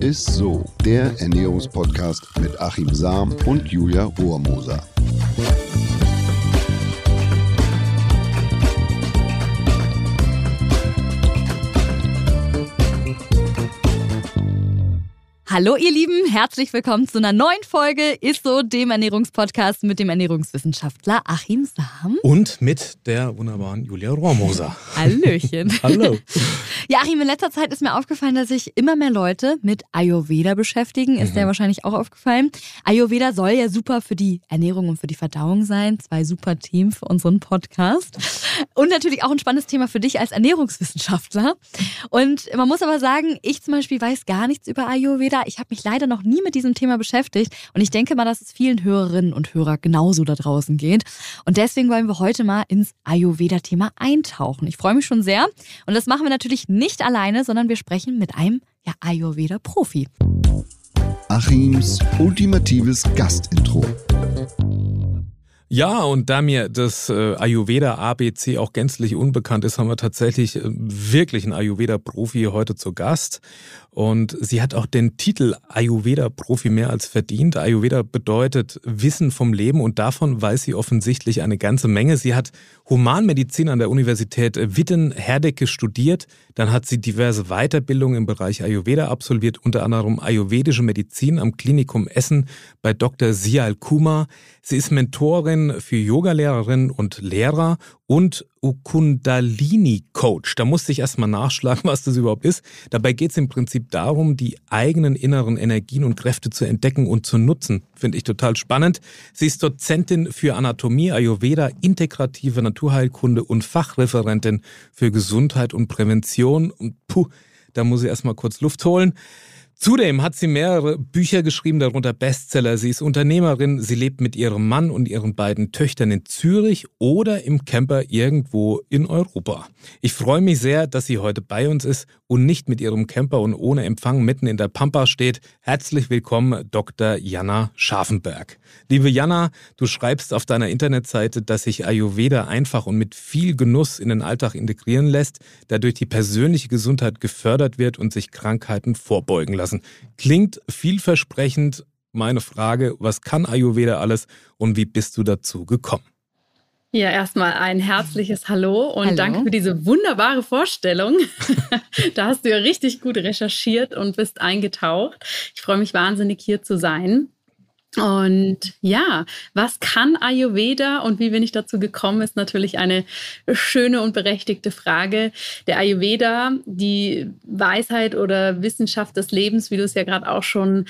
ist so, der Ernährungspodcast mit Achim Sam und Julia Rohrmoser. Hallo ihr Lieben, herzlich willkommen zu einer neuen Folge Ist so, dem Ernährungspodcast mit dem Ernährungswissenschaftler Achim Sam. Und mit der wunderbaren Julia Rohrmoser. Hallöchen. Hallo. Ja, Achim, in letzter Zeit ist mir aufgefallen, dass sich immer mehr Leute mit Ayurveda beschäftigen. Ist dir wahrscheinlich auch aufgefallen. Ayurveda soll ja super für die Ernährung und für die Verdauung sein. 2 super Themen für unseren Podcast. Und natürlich auch ein spannendes Thema für dich als Ernährungswissenschaftler. Und man muss aber sagen, ich zum Beispiel weiß gar nichts über Ayurveda. Ich habe mich leider noch nie mit diesem Thema beschäftigt und ich denke mal, dass es vielen Hörerinnen und Hörern genauso da draußen geht. Und deswegen wollen wir heute mal ins Ayurveda-Thema eintauchen. Ich freue mich schon sehr und das machen wir natürlich nicht alleine, sondern wir sprechen mit einem Ayurveda-Profi. Achims ultimatives Gastintro. Ja, und da mir das Ayurveda ABC auch gänzlich unbekannt ist, haben wir tatsächlich wirklich einen Ayurveda-Profi heute zu Gast. Und sie hat auch den Titel Ayurveda-Profi mehr als verdient. Ayurveda bedeutet Wissen vom Leben und davon weiß sie offensichtlich eine ganze Menge. Sie hat Humanmedizin an der Universität Witten-Herdecke studiert. Dann hat sie diverse Weiterbildungen im Bereich Ayurveda absolviert, unter anderem ayurvedische Medizin am Klinikum Essen bei Dr. Sial Kumar. Sie ist Mentorin für Yogalehrerinnen und Lehrer und Kundalini-Coach. Da musste ich erstmal nachschlagen, was das überhaupt ist. Dabei geht es im Prinzip darum, die eigenen inneren Energien und Kräfte zu entdecken und zu nutzen. Finde ich total spannend. Sie ist Dozentin für Anatomie, Ayurveda, integrative Naturheilkunde und Fachreferentin für Gesundheit und Prävention. Und da muss ich erstmal kurz Luft holen. Zudem hat sie mehrere Bücher geschrieben, darunter Bestseller. Sie ist Unternehmerin, sie lebt mit ihrem Mann und ihren beiden Töchtern in Zürich oder im Camper irgendwo in Europa. Ich freue mich sehr, dass sie heute bei uns ist und nicht mit ihrem Camper und ohne Empfang mitten in der Pampa steht. Herzlich willkommen, Dr. Jana Scharfenberg. Liebe Jana, du schreibst auf deiner Internetseite, dass sich Ayurveda einfach und mit viel Genuss in den Alltag integrieren lässt, dadurch die persönliche Gesundheit gefördert wird und sich Krankheiten vorbeugen lassen. Klingt vielversprechend. Meine Frage, was kann Ayurveda alles und wie bist du dazu gekommen? Ja, erstmal ein herzliches Hallo und Danke für diese wunderbare Vorstellung. Da hast du ja richtig gut recherchiert und bist eingetaucht. Ich freue mich wahnsinnig, hier zu sein. Und ja, was kann Ayurveda und wie bin ich dazu gekommen, ist natürlich eine schöne und berechtigte Frage. Der Ayurveda, die Weisheit oder Wissenschaft des Lebens, wie du es ja gerade auch schon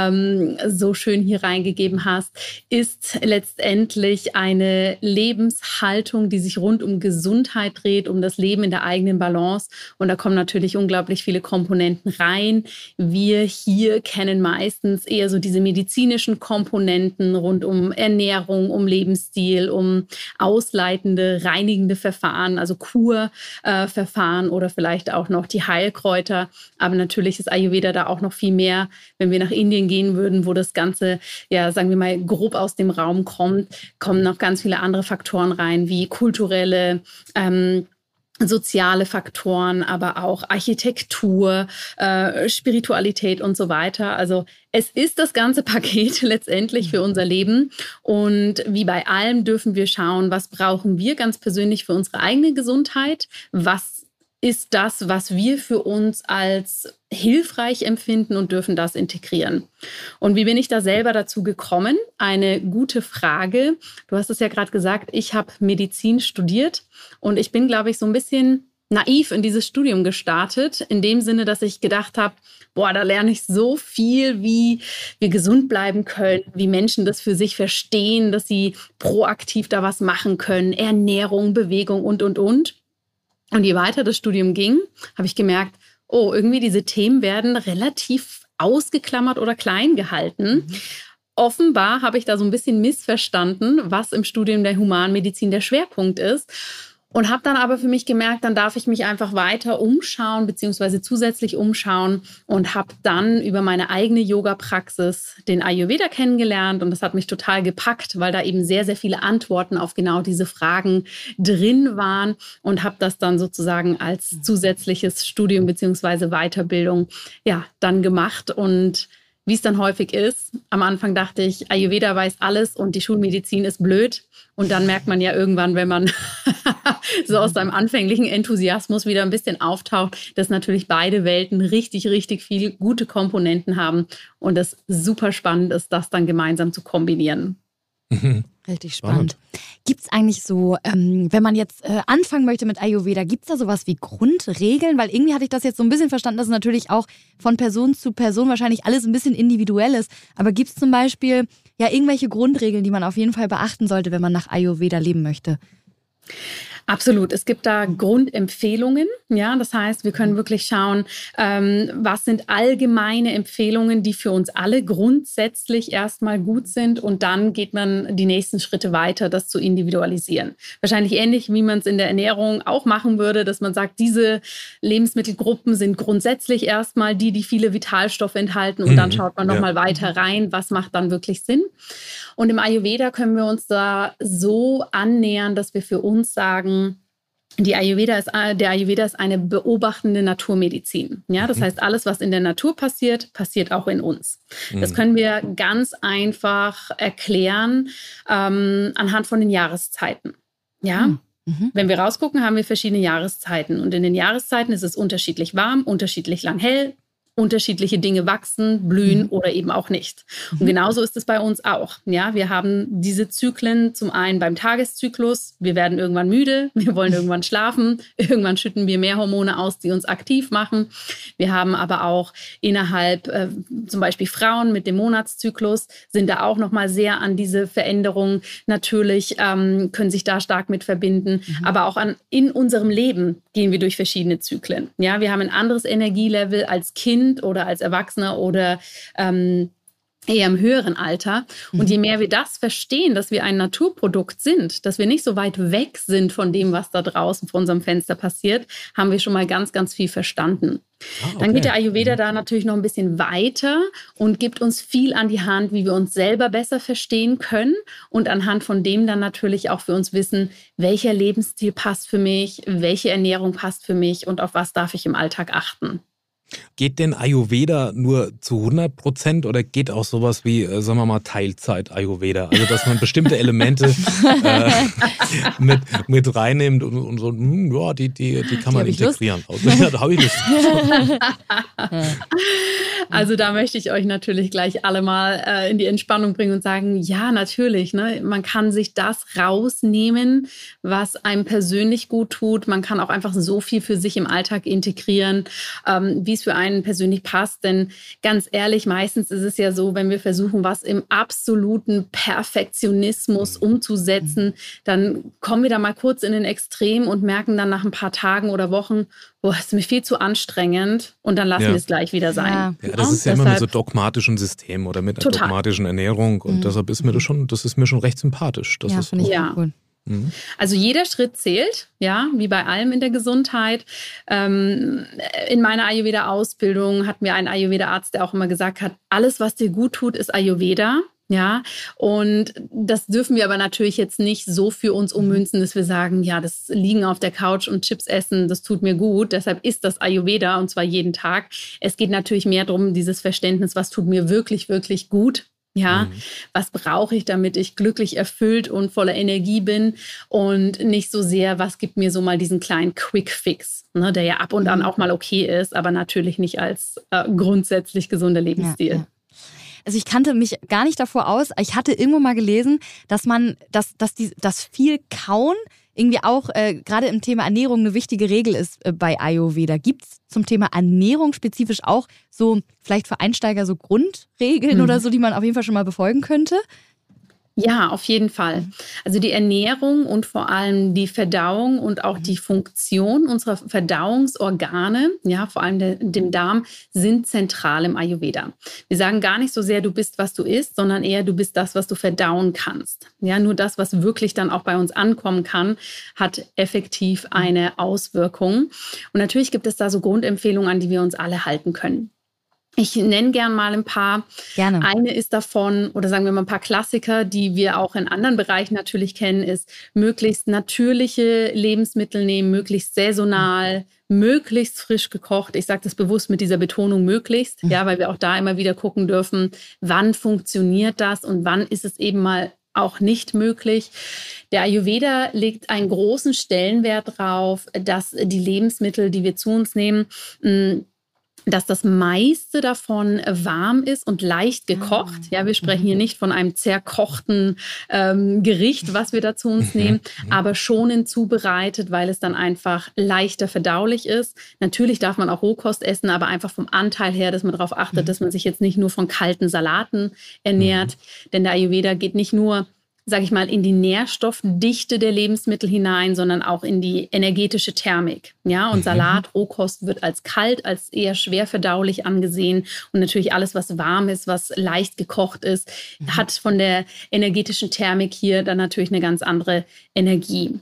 so schön hier reingegeben hast, ist letztendlich eine Lebenshaltung, die sich rund um Gesundheit dreht, um das Leben in der eigenen Balance. Und da kommen natürlich unglaublich viele Komponenten rein. Wir hier kennen meistens eher so diese medizinischen Komponenten rund um Ernährung, um Lebensstil, um ausleitende, reinigende Verfahren, also Kurverfahren oder vielleicht auch noch die Heilkräuter. Aber natürlich ist Ayurveda da auch noch viel mehr. Wenn wir nach Indien gehen würden, wo das Ganze, ja, sagen wir mal, grob aus dem Raum kommt, kommen noch ganz viele andere Faktoren rein, wie kulturelle, soziale Faktoren, aber auch Architektur, Spiritualität und so weiter. Also es ist das ganze Paket letztendlich für unser Leben. Und wie bei allem dürfen wir schauen, was brauchen wir ganz persönlich für unsere eigene Gesundheit? Was ist das, was wir für uns als hilfreich empfinden und dürfen das integrieren. Und wie bin ich da selber dazu gekommen? Eine gute Frage. Du hast es ja gerade gesagt, ich habe Medizin studiert und ich bin, glaube ich, so ein bisschen naiv in dieses Studium gestartet, in dem Sinne, dass ich gedacht habe, da lerne ich so viel, wie wir gesund bleiben können, wie Menschen das für sich verstehen, dass sie proaktiv da was machen können, Ernährung, Bewegung und. Und je weiter das Studium ging, habe ich gemerkt, irgendwie diese Themen werden relativ ausgeklammert oder klein gehalten. Offenbar habe ich da so ein bisschen missverstanden, was im Studium der Humanmedizin der Schwerpunkt ist. Und habe dann aber für mich gemerkt, dann darf ich mich einfach weiter umschauen, beziehungsweise zusätzlich umschauen und habe dann über meine eigene Yoga-Praxis den Ayurveda kennengelernt. Und das hat mich total gepackt, weil da eben sehr, sehr viele Antworten auf genau diese Fragen drin waren und habe das dann sozusagen als zusätzliches Studium beziehungsweise Weiterbildung dann gemacht. Und wie es dann häufig ist, am Anfang dachte ich, Ayurveda weiß alles und die Schulmedizin ist blöd. Und dann merkt man ja irgendwann, wenn man so aus seinem anfänglichen Enthusiasmus wieder ein bisschen auftaucht, dass natürlich beide Welten richtig, richtig viel gute Komponenten haben und es super spannend ist, das dann gemeinsam zu kombinieren. Richtig spannend. Gibt es eigentlich so, wenn man jetzt anfangen möchte mit Ayurveda, gibt es da sowas wie Grundregeln? Weil irgendwie hatte ich das jetzt so ein bisschen verstanden, dass es natürlich auch von Person zu Person wahrscheinlich alles ein bisschen individuell ist. Aber gibt es zum Beispiel irgendwelche Grundregeln, die man auf jeden Fall beachten sollte, wenn man nach Ayurveda leben möchte? Absolut. Es gibt da Grundempfehlungen. Ja, das heißt, wir können wirklich schauen, was sind allgemeine Empfehlungen, die für uns alle grundsätzlich erstmal gut sind. Und dann geht man die nächsten Schritte weiter, das zu individualisieren. Wahrscheinlich ähnlich, wie man es in der Ernährung auch machen würde, dass man sagt, diese Lebensmittelgruppen sind grundsätzlich erstmal die viele Vitalstoffe enthalten. Und dann schaut man nochmal weiter rein, was macht dann wirklich Sinn. Und im Ayurveda können wir uns da so annähern, dass wir für uns sagen, der Ayurveda ist eine beobachtende Naturmedizin. Ja, das heißt, alles, was in der Natur passiert, passiert auch in uns. Das können wir ganz einfach erklären anhand von den Jahreszeiten. Ja. Wenn wir rausgucken, haben wir verschiedene Jahreszeiten. Und in den Jahreszeiten ist es unterschiedlich warm, unterschiedlich lang hell. Unterschiedliche Dinge wachsen, blühen oder eben auch nicht. Und genauso ist es bei uns auch. Ja, wir haben diese Zyklen zum einen beim Tageszyklus. Wir werden irgendwann müde, wir wollen irgendwann schlafen. Irgendwann schütten wir mehr Hormone aus, die uns aktiv machen. Wir haben aber auch innerhalb, zum Beispiel Frauen mit dem Monatszyklus, sind da auch nochmal sehr an diese Veränderungen natürlich, können sich da stark mit verbinden. Aber auch in unserem Leben gehen wir durch verschiedene Zyklen. Ja, wir haben ein anderes Energielevel als Kind oder als Erwachsener oder eher im höheren Alter. Und je mehr wir das verstehen, dass wir ein Naturprodukt sind, dass wir nicht so weit weg sind von dem, was da draußen vor unserem Fenster passiert, haben wir schon mal ganz, ganz viel verstanden. Okay. Dann geht der Ayurveda da natürlich noch ein bisschen weiter und gibt uns viel an die Hand, wie wir uns selber besser verstehen können und anhand von dem dann natürlich auch für uns wissen, welcher Lebensstil passt für mich, welche Ernährung passt für mich und auf was darf ich im Alltag achten. Geht denn Ayurveda nur zu 100% oder geht auch sowas wie, sagen wir mal, Teilzeit-Ayurveda? Also, dass man bestimmte Elemente mit reinnimmt und so, die kann man integrieren. Ja, da habe ich Lust. Also da möchte ich euch natürlich gleich alle mal in die Entspannung bringen und sagen, ja, natürlich, ne? Man kann sich das rausnehmen, was einem persönlich gut tut. Man kann auch einfach so viel für sich im Alltag integrieren, wie es für einen persönlich passt. Denn ganz ehrlich, meistens ist es ja so, wenn wir versuchen, was im absoluten Perfektionismus umzusetzen, dann kommen wir da mal kurz in den Extrem und merken dann nach ein paar Tagen oder Wochen, boah, ist mir viel zu anstrengend und dann lassen wir es gleich wieder sein. Ja, das ist ja immer mit so dogmatischen Systemen oder mit einer dogmatischen Ernährung und deshalb ist mir das ist mir schon recht sympathisch. Das ist finde ich cool. Also jeder Schritt zählt, ja, wie bei allem in der Gesundheit. In meiner Ayurveda-Ausbildung hatten wir einen Ayurveda-Arzt, der auch immer gesagt hat, alles, was dir gut tut, ist Ayurveda. Ja, und das dürfen wir aber natürlich jetzt nicht so für uns ummünzen, dass wir sagen, ja, das Liegen auf der Couch und Chips essen, das tut mir gut. Deshalb ist das Ayurveda und zwar jeden Tag. Es geht natürlich mehr darum, dieses Verständnis, was tut mir wirklich, wirklich gut. Ja, was brauche ich, damit ich glücklich, erfüllt und voller Energie bin und nicht so sehr, was gibt mir so mal diesen kleinen Quick-Fix, ne, der ja ab und an auch mal okay ist, aber natürlich nicht als grundsätzlich gesunder Lebensstil. Ja. Also ich kannte mich gar nicht davor aus. Ich hatte irgendwo mal gelesen, dass viel Kauen irgendwie auch gerade im Thema Ernährung eine wichtige Regel ist bei Ayurveda. Gibt es zum Thema Ernährung spezifisch auch so vielleicht für Einsteiger so Grundregeln oder so, die man auf jeden Fall schon mal befolgen könnte? Ja, auf jeden Fall. Also die Ernährung und vor allem die Verdauung und auch die Funktion unserer Verdauungsorgane, ja, vor allem dem Darm, sind zentral im Ayurveda. Wir sagen gar nicht so sehr, du bist, was du isst, sondern eher, du bist das, was du verdauen kannst. Ja, nur das, was wirklich dann auch bei uns ankommen kann, hat effektiv eine Auswirkung. Und natürlich gibt es da so Grundempfehlungen, an die wir uns alle halten können. Ich nenne gern mal ein paar. Gerne. Eine ist davon, oder sagen wir mal ein paar Klassiker, die wir auch in anderen Bereichen natürlich kennen, ist möglichst natürliche Lebensmittel nehmen, möglichst saisonal, möglichst frisch gekocht. Ich sage das bewusst mit dieser Betonung möglichst, ja, weil wir auch da immer wieder gucken dürfen, wann funktioniert das und wann ist es eben mal auch nicht möglich. Der Ayurveda legt einen großen Stellenwert drauf, dass die Lebensmittel, die wir zu uns nehmen, dass das meiste davon warm ist und leicht gekocht. Ja, wir sprechen hier nicht von einem zerkochten Gericht, was wir da zu uns nehmen, aber schonend zubereitet, weil es dann einfach leichter verdaulich ist. Natürlich darf man auch Rohkost essen, aber einfach vom Anteil her, dass man darauf achtet, dass man sich jetzt nicht nur von kalten Salaten ernährt. Denn der Ayurveda geht nicht nur, sage ich mal, in die Nährstoffdichte der Lebensmittel hinein, sondern auch in die energetische Thermik. Ja, und Salat, Rohkost wird als kalt, als eher schwer verdaulich angesehen. Und natürlich alles, was warm ist, was leicht gekocht ist, hat von der energetischen Thermik hier dann natürlich eine ganz andere Energie.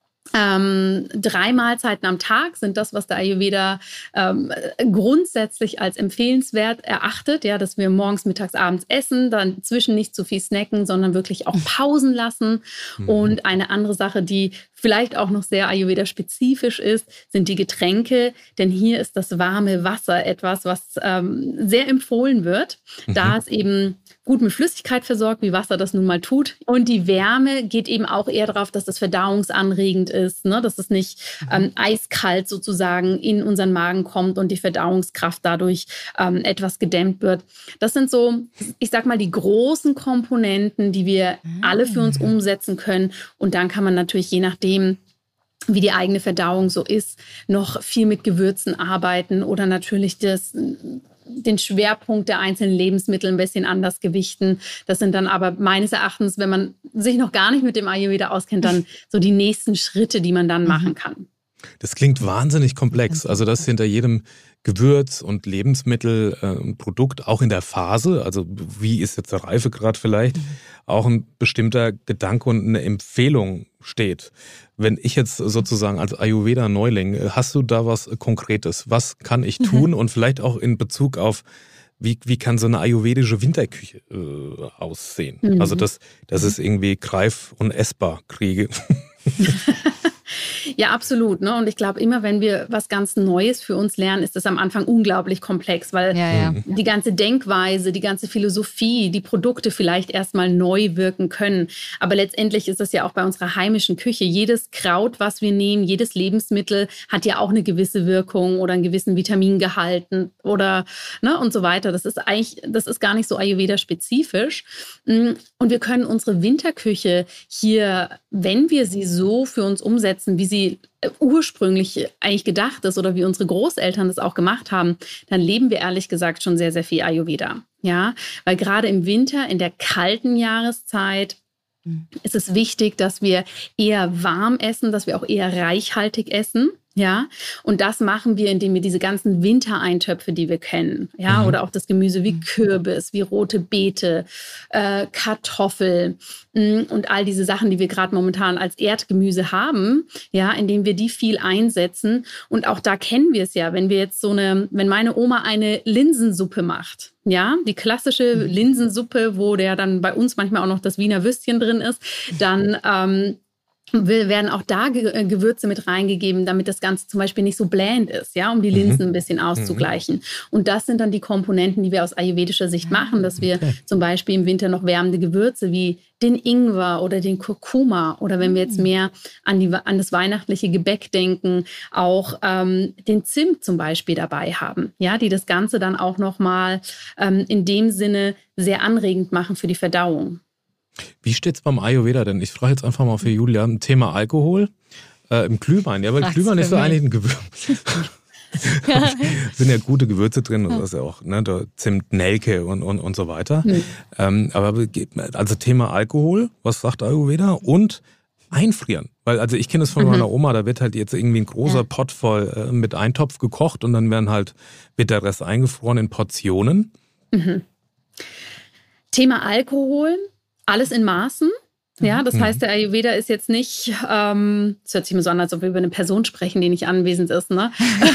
3 Mahlzeiten am Tag sind das, was der Ayurveda grundsätzlich als empfehlenswert erachtet, ja, dass wir morgens, mittags, abends essen, dann zwischen nicht zu viel snacken, sondern wirklich auch Pausen lassen. Und eine andere Sache, die vielleicht auch noch sehr Ayurveda-spezifisch ist, sind die Getränke, denn hier ist das warme Wasser etwas, was sehr empfohlen wird, da es eben gut mit Flüssigkeit versorgt, wie Wasser das nun mal tut. Und die Wärme geht eben auch eher darauf, dass das verdauungsanregend ist, ne? Dass es nicht eiskalt sozusagen in unseren Magen kommt und die Verdauungskraft dadurch etwas gedämmt wird. Das sind so, ich sag mal, die großen Komponenten, die wir alle für uns umsetzen können. Und dann kann man natürlich je nachdem, wie die eigene Verdauung so ist, noch viel mit Gewürzen arbeiten oder natürlich den Schwerpunkt der einzelnen Lebensmittel ein bisschen anders gewichten. Das sind dann aber meines Erachtens, wenn man sich noch gar nicht mit dem Ayurveda auskennt, dann so die nächsten Schritte, die man dann machen kann. Das klingt wahnsinnig komplex. Also das hinter jedem Gewürz und Lebensmittel und Produkt, auch in der Phase, also wie ist jetzt der Reifegrad vielleicht, auch ein bestimmter Gedanke und eine Empfehlung steht. Wenn ich jetzt sozusagen als Ayurveda-Neuling, hast du da was Konkretes? Was kann ich tun? Und vielleicht auch in Bezug auf, wie kann so eine ayurvedische Winterküche aussehen? Also dass es irgendwie greif- und essbar kriege. Ja, absolut. Ne? Und ich glaube, immer wenn wir was ganz Neues für uns lernen, ist das am Anfang unglaublich komplex, weil die ganze Denkweise, die ganze Philosophie, die Produkte vielleicht erstmal neu wirken können. Aber letztendlich ist das ja auch bei unserer heimischen Küche. Jedes Kraut, was wir nehmen, jedes Lebensmittel hat ja auch eine gewisse Wirkung oder einen gewissen Vitamingehalt oder und so weiter. Das ist gar nicht so Ayurveda-spezifisch. Und wir können unsere Winterküche hier, wenn wir sie so für uns umsetzen, wie sie ursprünglich eigentlich gedacht ist oder wie unsere Großeltern das auch gemacht haben, dann leben wir ehrlich gesagt schon sehr, sehr viel Ayurveda. Ja, weil gerade im Winter, in der kalten Jahreszeit, ist es wichtig, dass wir eher warm essen, dass wir auch eher reichhaltig essen. Ja, und das machen wir, indem wir diese ganzen Wintereintöpfe, die wir kennen, ja, oder auch das Gemüse wie Kürbis, wie rote Beete, Kartoffel und all diese Sachen, die wir gerade momentan als Erdgemüse haben, ja, indem wir die viel einsetzen. Und auch da kennen wir es ja, wenn meine Oma eine Linsensuppe macht, ja, die klassische Linsensuppe, wo der dann bei uns manchmal auch noch das Wiener Würstchen drin ist, dann werden auch da Gewürze mit reingegeben, damit das Ganze zum Beispiel nicht so bland ist, ja, um die Linsen ein bisschen auszugleichen. Und das sind dann die Komponenten, die wir aus ayurvedischer Sicht machen, dass wir zum Beispiel im Winter noch wärmende Gewürze wie den Ingwer oder den Kurkuma oder wenn wir jetzt mehr an das weihnachtliche Gebäck denken, auch den Zimt zum Beispiel dabei haben, ja, die das Ganze dann auch nochmal in dem Sinne sehr anregend machen für die Verdauung. Wie steht's beim Ayurveda denn? Ich frage jetzt einfach mal für Julia, Thema Alkohol im Glühwein. Ja, weil Glühwein ist so eigentlich ein Gewürz. Sind ja gute Gewürze drin, und das ist ja auch, ne, da Zimt, Nelke und so weiter. Aber also Thema Alkohol, was sagt Ayurveda? Und einfrieren. Weil, also ich kenne es von meiner Oma, da wird halt jetzt irgendwie ein großer Pott voll mit Eintopf gekocht und dann wird der Rest eingefroren in Portionen. Thema Alkohol, alles in Maßen. Ja, das heißt, der Ayurveda ist jetzt nicht, es hört sich immer so an, als ob wir über eine Person sprechen, die nicht anwesend ist, ne?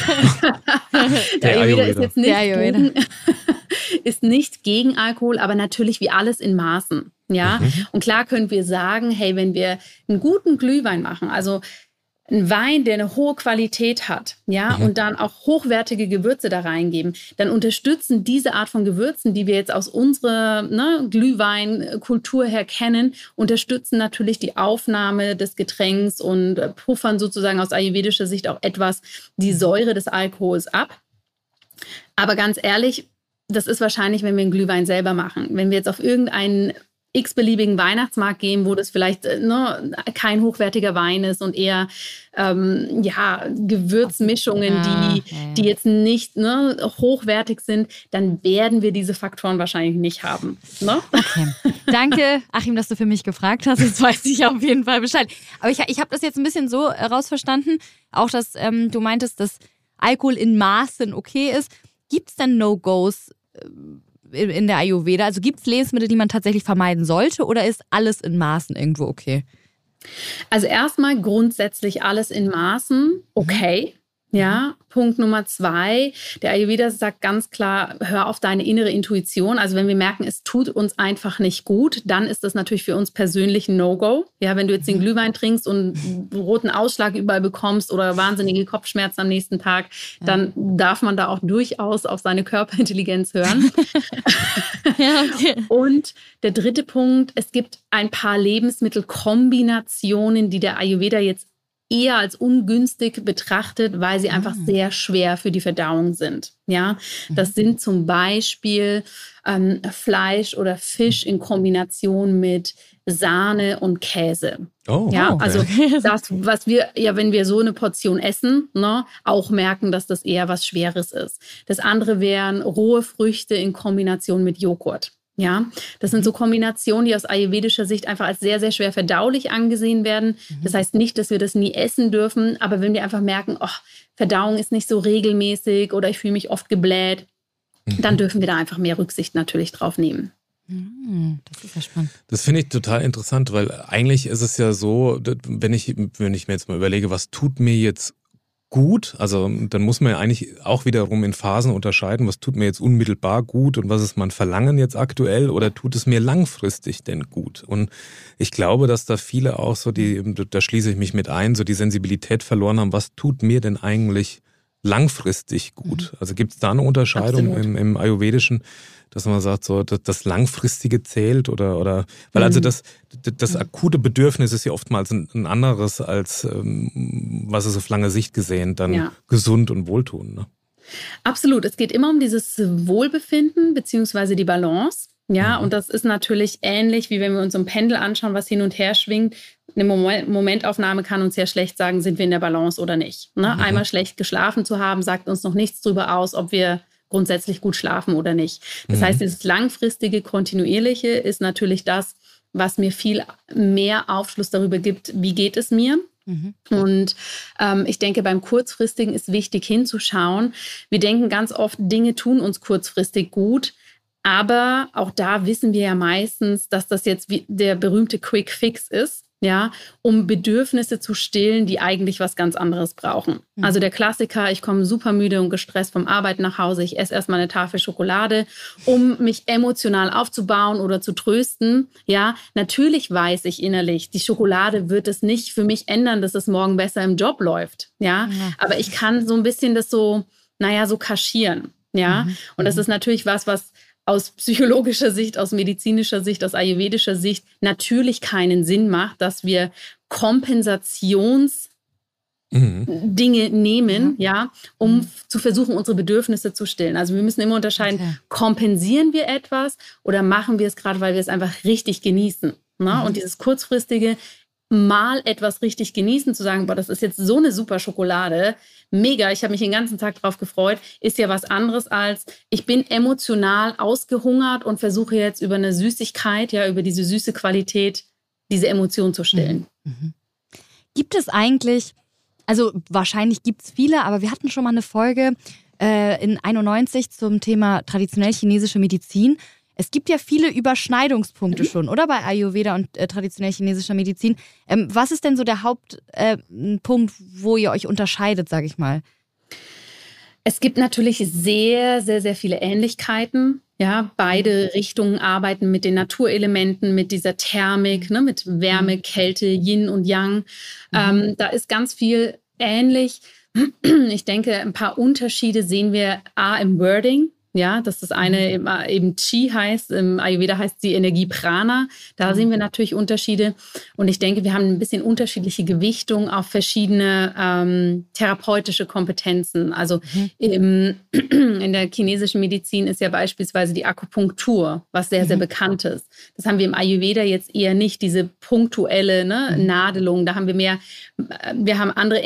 Der Ayurveda ist jetzt nicht ist nicht gegen Alkohol, aber natürlich wie alles in Maßen. Ja, und klar können wir sagen, hey, wenn wir einen guten Glühwein machen, also ein Wein, der eine hohe Qualität hat, ja, und dann auch hochwertige Gewürze da reingeben, dann unterstützen diese Art von Gewürzen, die wir jetzt aus unserer Glühweinkultur her kennen, unterstützen natürlich die Aufnahme des Getränks und puffern sozusagen aus ayurvedischer Sicht auch etwas die Säure des Alkohols ab. Aber ganz ehrlich, das ist wahrscheinlich, wenn wir einen Glühwein selber machen. Wenn wir jetzt auf irgendeinen x-beliebigen Weihnachtsmarkt gehen, wo das vielleicht kein hochwertiger Wein ist und eher Gewürzmischungen, die jetzt nicht hochwertig sind, dann werden wir diese Faktoren wahrscheinlich nicht haben. Ne? Okay. Danke, Achim, dass du für mich gefragt hast. Jetzt weiß ich auf jeden Fall Bescheid. Aber ich habe das jetzt ein bisschen so rausverstanden, auch dass du meintest, dass Alkohol in Maßen okay ist. Gibt es denn No-Gos in der Ayurveda? Also gibt es Lebensmittel, die man tatsächlich vermeiden sollte, oder ist alles in Maßen irgendwo okay? Also erstmal grundsätzlich alles in Maßen okay. Ja, Punkt Nummer 2, der Ayurveda sagt ganz klar, hör auf deine innere Intuition. Also wenn wir merken, es tut uns einfach nicht gut, dann ist das natürlich für uns persönlich ein No-Go. Ja, wenn du jetzt den Glühwein trinkst und einen roten Ausschlag überall bekommst oder wahnsinnige Kopfschmerzen am nächsten Tag, dann darf man da auch durchaus auf seine Körperintelligenz hören. Ja, okay. Und der 3. Punkt, es gibt ein paar Lebensmittelkombinationen, die der Ayurveda jetzt eher als ungünstig betrachtet, weil sie einfach sehr schwer für die Verdauung sind. Ja, das sind zum Beispiel Fleisch oder Fisch in Kombination mit Sahne und Käse. Oh, ja, okay. Also das, was wir ja, wenn wir so eine Portion essen, auch merken, dass das eher was Schweres ist. Das andere wären rohe Früchte in Kombination mit Joghurt. Ja, das sind so Kombinationen, die aus ayurvedischer Sicht einfach als sehr, sehr schwer verdaulich angesehen werden. Das heißt nicht, dass wir das nie essen dürfen, aber wenn wir einfach merken, Verdauung ist nicht so regelmäßig oder ich fühle mich oft gebläht, dann dürfen wir da einfach mehr Rücksicht natürlich drauf nehmen. Das ist ja spannend. Das finde ich total interessant, weil eigentlich ist es ja so, wenn ich mir jetzt mal überlege, was tut mir jetzt gut, also dann muss man ja eigentlich auch wiederum in Phasen unterscheiden, was tut mir jetzt unmittelbar gut und was ist mein Verlangen jetzt aktuell oder tut es mir langfristig denn gut? Und ich glaube, dass da viele auch so, da schließe ich mich mit ein, so die Sensibilität verloren haben, was tut mir denn eigentlich langfristig gut? Also gibt es da eine Unterscheidung im Ayurvedischen, dass man sagt, so das Langfristige zählt oder weil also das akute Bedürfnis ist ja oftmals ein anderes als was ist auf lange Sicht gesehen dann gesund und wohltuend. Ne? Absolut. Es geht immer um dieses Wohlbefinden beziehungsweise die Balance. Ja, und das ist natürlich ähnlich, wie wenn wir uns so ein Pendel anschauen, was hin und her schwingt. Eine Momentaufnahme kann uns ja schlecht sagen, sind wir in der Balance oder nicht. Ne? Einmal schlecht geschlafen zu haben, sagt uns noch nichts darüber aus, ob wir grundsätzlich gut schlafen oder nicht. Das heißt, dieses langfristige, kontinuierliche ist natürlich das, was mir viel mehr Aufschluss darüber gibt, wie geht es mir. Und ich denke, beim Kurzfristigen ist wichtig hinzuschauen. Wir denken ganz oft, Dinge tun uns kurzfristig gut. Aber auch da wissen wir ja meistens, dass das jetzt wie der berühmte Quick Fix ist, ja, um Bedürfnisse zu stillen, die eigentlich was ganz anderes brauchen. Also der Klassiker, ich komme super müde und gestresst vom Arbeiten nach Hause, ich esse erstmal eine Tafel Schokolade, um mich emotional aufzubauen oder zu trösten. Ja, natürlich weiß ich innerlich, die Schokolade wird es nicht für mich ändern, dass es morgen besser im Job läuft. Ja, aber ich kann so ein bisschen das so kaschieren. Ja, und das ist natürlich was aus psychologischer Sicht, aus medizinischer Sicht, aus ayurvedischer Sicht natürlich keinen Sinn macht, dass wir Kompensationsdinge nehmen, um zu versuchen, unsere Bedürfnisse zu stillen. Also wir müssen immer unterscheiden, kompensieren wir etwas oder machen wir es gerade, weil wir es einfach richtig genießen. Ne? Und dieses kurzfristige mal etwas richtig genießen, zu sagen, boah, das ist jetzt so eine super Schokolade, mega, ich habe mich den ganzen Tag drauf gefreut, ist ja was anderes als, ich bin emotional ausgehungert und versuche jetzt über eine Süßigkeit, ja, über diese süße Qualität, diese Emotion zu stillen. Gibt es eigentlich, also wahrscheinlich gibt es viele, aber wir hatten schon mal eine Folge in 91 zum Thema traditionell chinesische Medizin. Es gibt ja viele Überschneidungspunkte schon, oder? Bei Ayurveda und traditionell chinesischer Medizin. Was ist denn so der Hauptpunkt, wo ihr euch unterscheidet, sage ich mal? Es gibt natürlich sehr, sehr, sehr viele Ähnlichkeiten. Ja, beide Richtungen arbeiten mit den Naturelementen, mit dieser Thermik, ne, mit Wärme, Kälte, Yin und Yang. Da ist ganz viel ähnlich. Ich denke, ein paar Unterschiede sehen wir im Wording. Ja, dass das eine eben Qi heißt, im Ayurveda heißt die Energie Prana. Da sehen wir natürlich Unterschiede. Und ich denke, wir haben ein bisschen unterschiedliche Gewichtung auf verschiedene therapeutische Kompetenzen. Also in der chinesischen Medizin ist ja beispielsweise die Akupunktur, was sehr, sehr bekannt ist. Das haben wir im Ayurveda jetzt eher nicht, diese punktuelle Nadelung. Da haben wir haben andere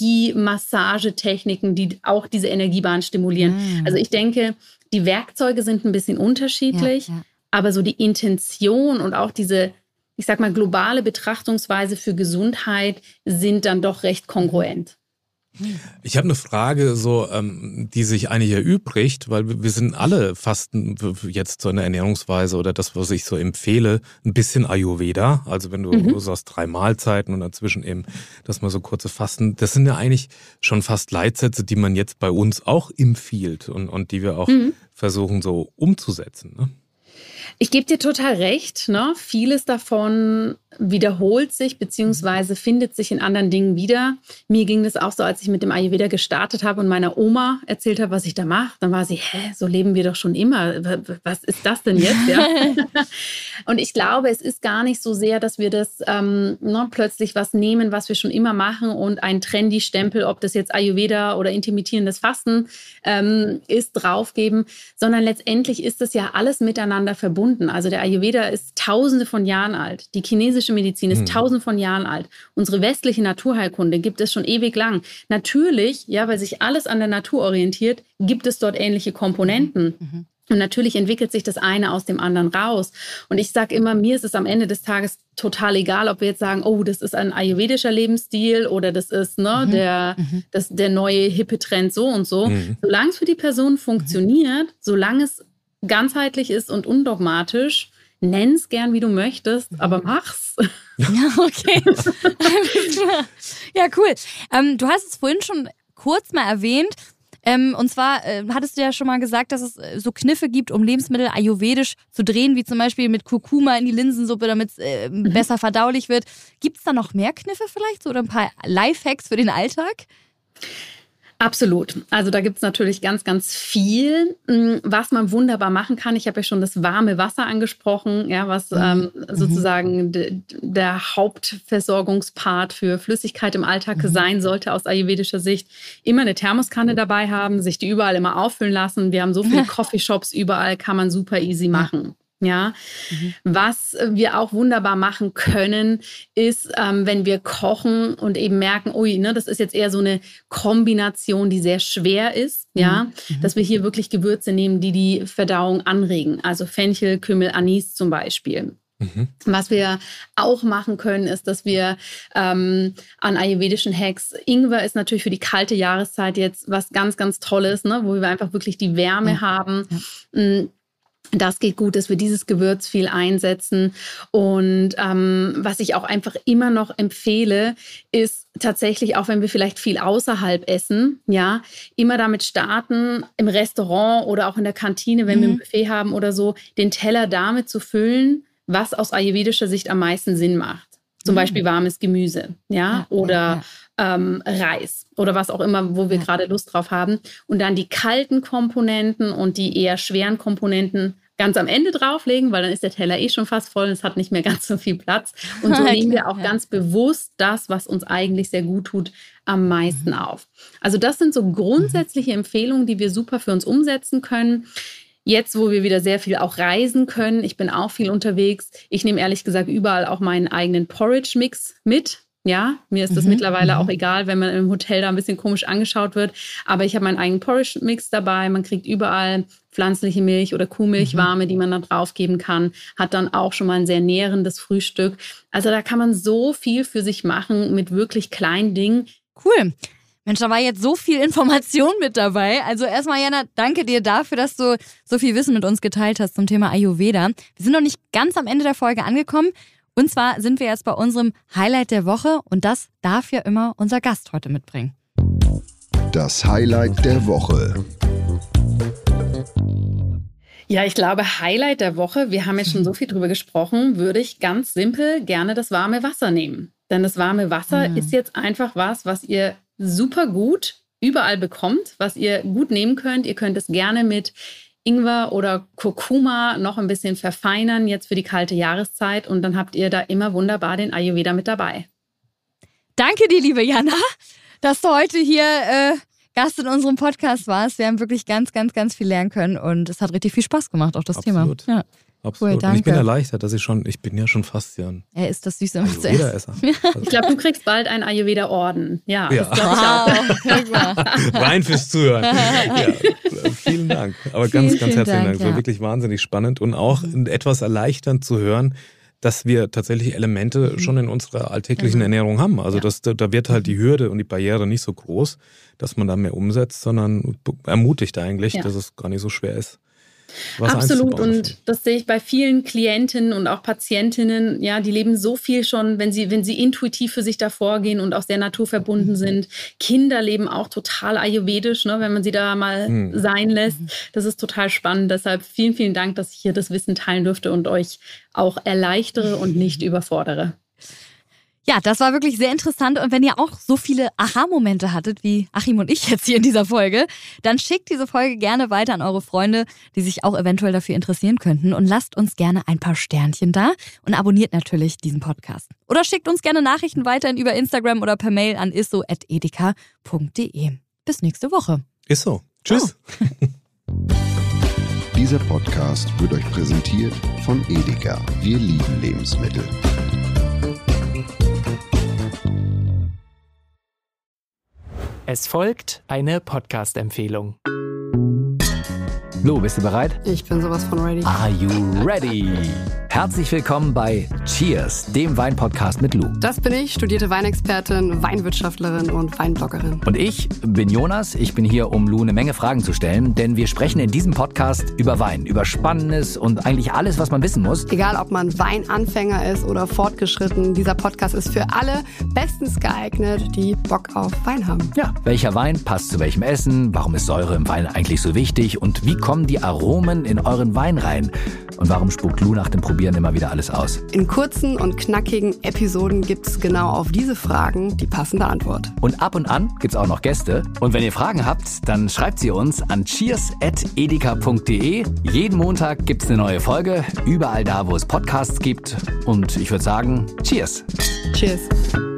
Energiemassagetechniken, die auch diese Energiebahn stimulieren. Also ich denke, die Werkzeuge sind ein bisschen unterschiedlich, aber so die Intention und auch diese, ich sag mal, globale Betrachtungsweise für Gesundheit sind dann doch recht kongruent. Ich habe eine Frage, so, die sich eigentlich erübrigt, weil wir sind alle fast jetzt so eine Ernährungsweise oder das, was ich so empfehle, ein bisschen Ayurveda. Also wenn du sagst 3 Mahlzeiten und dazwischen eben, dass man so kurze Fasten, das sind ja eigentlich schon fast Leitsätze, die man jetzt bei uns auch empfiehlt und die wir auch versuchen so umzusetzen, ne? Ich gebe dir total recht, ne? Vieles davon wiederholt sich beziehungsweise findet sich in anderen Dingen wieder. Mir ging das auch so, als ich mit dem Ayurveda gestartet habe und meiner Oma erzählt habe, was ich da mache. Dann war sie, so leben wir doch schon immer. Was ist das denn jetzt? Ja? Und ich glaube, es ist gar nicht so sehr, dass wir das plötzlich was nehmen, was wir schon immer machen und einen trendy Stempel, ob das jetzt Ayurveda oder intermittierendes Fasten ist, draufgeben, sondern letztendlich ist das ja alles miteinander verbunden. Also der Ayurveda ist Tausende von Jahren alt. Die chinesische Medizin ist Tausende von Jahren alt. Unsere westliche Naturheilkunde gibt es schon ewig lang. Natürlich, ja, weil sich alles an der Natur orientiert, gibt es dort ähnliche Komponenten. Und natürlich entwickelt sich das eine aus dem anderen raus. Und ich sage immer, mir ist es am Ende des Tages total egal, ob wir jetzt sagen, oh, das ist ein ayurvedischer Lebensstil oder das ist der neue hippe Trend so und so. Solange es für die Person funktioniert, solange es ganzheitlich ist und undogmatisch, nenn's gern, wie du möchtest, aber mach's. Ja, okay. Ja, cool. Du hast es vorhin schon kurz mal erwähnt. Und zwar hattest du ja schon mal gesagt, dass es so Kniffe gibt, um Lebensmittel ayurvedisch zu drehen, wie zum Beispiel mit Kurkuma in die Linsensuppe, damit es besser verdaulich wird. Gibt es da noch mehr Kniffe vielleicht? So, oder ein paar Lifehacks für den Alltag? Absolut. Also da gibt es natürlich ganz, ganz viel, was man wunderbar machen kann. Ich habe ja schon das warme Wasser angesprochen, ja, was sozusagen der Hauptversorgungspart für Flüssigkeit im Alltag sein sollte aus ayurvedischer Sicht. Immer eine Thermoskanne dabei haben, sich die überall immer auffüllen lassen. Wir haben so viele Coffeeshops überall, kann man super easy machen. Ja, was wir auch wunderbar machen können, ist, wenn wir kochen und eben merken, das ist jetzt eher so eine Kombination, die sehr schwer ist, ja, dass wir hier wirklich Gewürze nehmen, die die Verdauung anregen. Also Fenchel, Kümmel, Anis zum Beispiel. Was wir auch machen können, ist, dass wir an ayurvedischen Hacks, Ingwer ist natürlich für die kalte Jahreszeit jetzt was ganz, ganz Tolles, ne, wo wir einfach wirklich die Wärme haben. Das geht gut, dass wir dieses Gewürz viel einsetzen. Und was ich auch einfach immer noch empfehle, ist tatsächlich, auch wenn wir vielleicht viel außerhalb essen, ja, immer damit starten, im Restaurant oder auch in der Kantine, wenn wir ein Buffet haben oder so, den Teller damit zu füllen, was aus ayurvedischer Sicht am meisten Sinn macht. Zum Beispiel warmes Gemüse, ja, oder Reis oder was auch immer, wo wir gerade Lust drauf haben. Und dann die kalten Komponenten und die eher schweren Komponenten ganz am Ende drauflegen, weil dann ist der Teller schon fast voll und es hat nicht mehr ganz so viel Platz. Und so nehmen wir auch ganz bewusst das, was uns eigentlich sehr gut tut, am meisten auf. Also das sind so grundsätzliche Empfehlungen, die wir super für uns umsetzen können. Jetzt, wo wir wieder sehr viel auch reisen können, ich bin auch viel unterwegs. Ich nehme ehrlich gesagt überall auch meinen eigenen Porridge-Mix mit. Ja, mir ist das mittlerweile auch egal, wenn man im Hotel da ein bisschen komisch angeschaut wird. Aber ich habe meinen eigenen Porridge-Mix dabei. Man kriegt überall pflanzliche Milch oder Kuhmilch, warme, die man dann draufgeben kann. Hat dann auch schon mal ein sehr nährendes Frühstück. Also da kann man so viel für sich machen mit wirklich kleinen Dingen. Cool. Mensch, da war jetzt so viel Information mit dabei. Also erstmal, Jana, danke dir dafür, dass du so viel Wissen mit uns geteilt hast zum Thema Ayurveda. Wir sind noch nicht ganz am Ende der Folge angekommen. Und zwar sind wir jetzt bei unserem Highlight der Woche und das darf ja immer unser Gast heute mitbringen. Das Highlight der Woche. Ja, ich glaube, Highlight der Woche, wir haben jetzt schon so viel drüber gesprochen, würde ich ganz simpel gerne das warme Wasser nehmen. Denn das warme Wasser ist jetzt einfach was ihr super gut überall bekommt, was ihr gut nehmen könnt. Ihr könnt es gerne mit Ingwer oder Kurkuma noch ein bisschen verfeinern, jetzt für die kalte Jahreszeit. Und dann habt ihr da immer wunderbar den Ayurveda mit dabei. Danke dir, liebe Jana, dass du heute hier Gast in unserem Podcast warst. Wir haben wirklich ganz, ganz, ganz viel lernen können und es hat richtig viel Spaß gemacht, auch das Absolut. Thema. Ja. Absolut. Cool, danke. Und ich bin erleichtert, dass ich bin ja schon fast ja ein Er ist das Süße immer zu Ayurveda-Esser. Ich glaube, du kriegst bald einen Ayurveda-Orden. Ja, Ja. das glaube ich auch. Rein fürs Zuhören. Ja, vielen Dank. Aber ganz, ganz Vielen herzlichen Dank. Dank, Es war ja. wirklich wahnsinnig spannend und auch etwas erleichternd zu hören, dass wir tatsächlich Elemente schon in unserer alltäglichen Ernährung haben. Also da wird halt die Hürde und die Barriere nicht so groß, dass man da mehr umsetzt, sondern ermutigt eigentlich, dass es gar nicht so schwer ist. Absolut, und das sehe ich bei vielen Klientinnen und auch Patientinnen, ja, die leben so viel schon, wenn sie intuitiv für sich da vorgehen und auch sehr naturverbunden sind. Kinder leben auch total ayurvedisch, ne, wenn man sie da mal sein lässt. Das ist total spannend. Deshalb vielen, vielen Dank, dass ich hier das Wissen teilen durfte und euch auch erleichtere und nicht überfordere. Ja, das war wirklich sehr interessant und wenn ihr auch so viele Aha-Momente hattet, wie Achim und ich jetzt hier in dieser Folge, dann schickt diese Folge gerne weiter an eure Freunde, die sich auch eventuell dafür interessieren könnten und lasst uns gerne ein paar Sternchen da und abonniert natürlich diesen Podcast. Oder schickt uns gerne Nachrichten weiterhin über Instagram oder per Mail an isso@edeka.de. Bis nächste Woche. Ist so. Tschüss. Dieser Podcast wird euch präsentiert von Edeka. Wir lieben Lebensmittel. Es folgt eine Podcast-Empfehlung. Lou, bist du bereit? Ich bin sowas von ready. Are you ready? Herzlich willkommen bei Cheers, dem Wein-Podcast mit Lou. Das bin ich, studierte Weinexpertin, Weinwirtschaftlerin und Weinbloggerin. Und ich bin Jonas. Ich bin hier, um Lou eine Menge Fragen zu stellen, denn wir sprechen in diesem Podcast über Wein, über Spannendes und eigentlich alles, was man wissen muss. Egal, ob man Weinanfänger ist oder fortgeschritten, dieser Podcast ist für alle bestens geeignet, die Bock auf Wein haben. Ja, welcher Wein passt zu welchem Essen? Warum ist Säure im Wein eigentlich so wichtig? Und wie kommen die Aromen in euren Wein rein? Und warum spuckt Lou nach dem Probieren immer wieder alles aus? In kurzen und knackigen Episoden gibt's genau auf diese Fragen die passende Antwort. Und ab und an gibt's auch noch Gäste. Und wenn ihr Fragen habt, dann schreibt sie uns an cheers@edeka.de. Jeden Montag gibt's eine neue Folge, überall da, wo es Podcasts gibt. Und ich würde sagen, Cheers. Cheers.